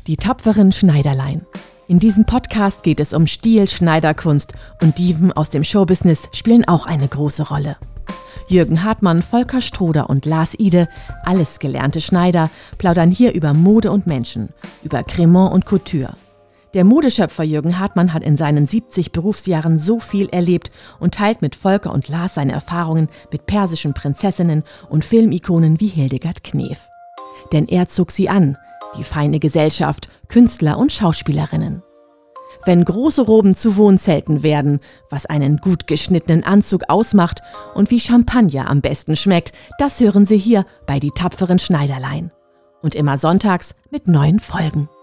Die tapferen Schneiderlein. In diesem Podcast geht es um Stil, Schneiderkunst und Diven aus dem Showbusiness spielen auch eine große Rolle. Jürgen Hartmann, Volker Stroder und Lars Ide, alles gelernte Schneider, plaudern hier über Mode und Menschen, über Cremant und Couture. Der Modeschöpfer Jürgen Hartmann hat in seinen 70 Berufsjahren so viel erlebt und teilt mit Volker und Lars seine Erfahrungen mit persischen Prinzessinnen und Filmikonen wie Hildegard Knef. Denn er zog sie an, die feine Gesellschaft, Künstler und Schauspielerinnen. Wenn große Roben zu Wohnzelten werden, was einen gut geschnittenen Anzug ausmacht und wie Champagner am besten schmeckt, das hören Sie hier bei Die tapferen Schneiderlein. Und immer sonntags mit neuen Folgen.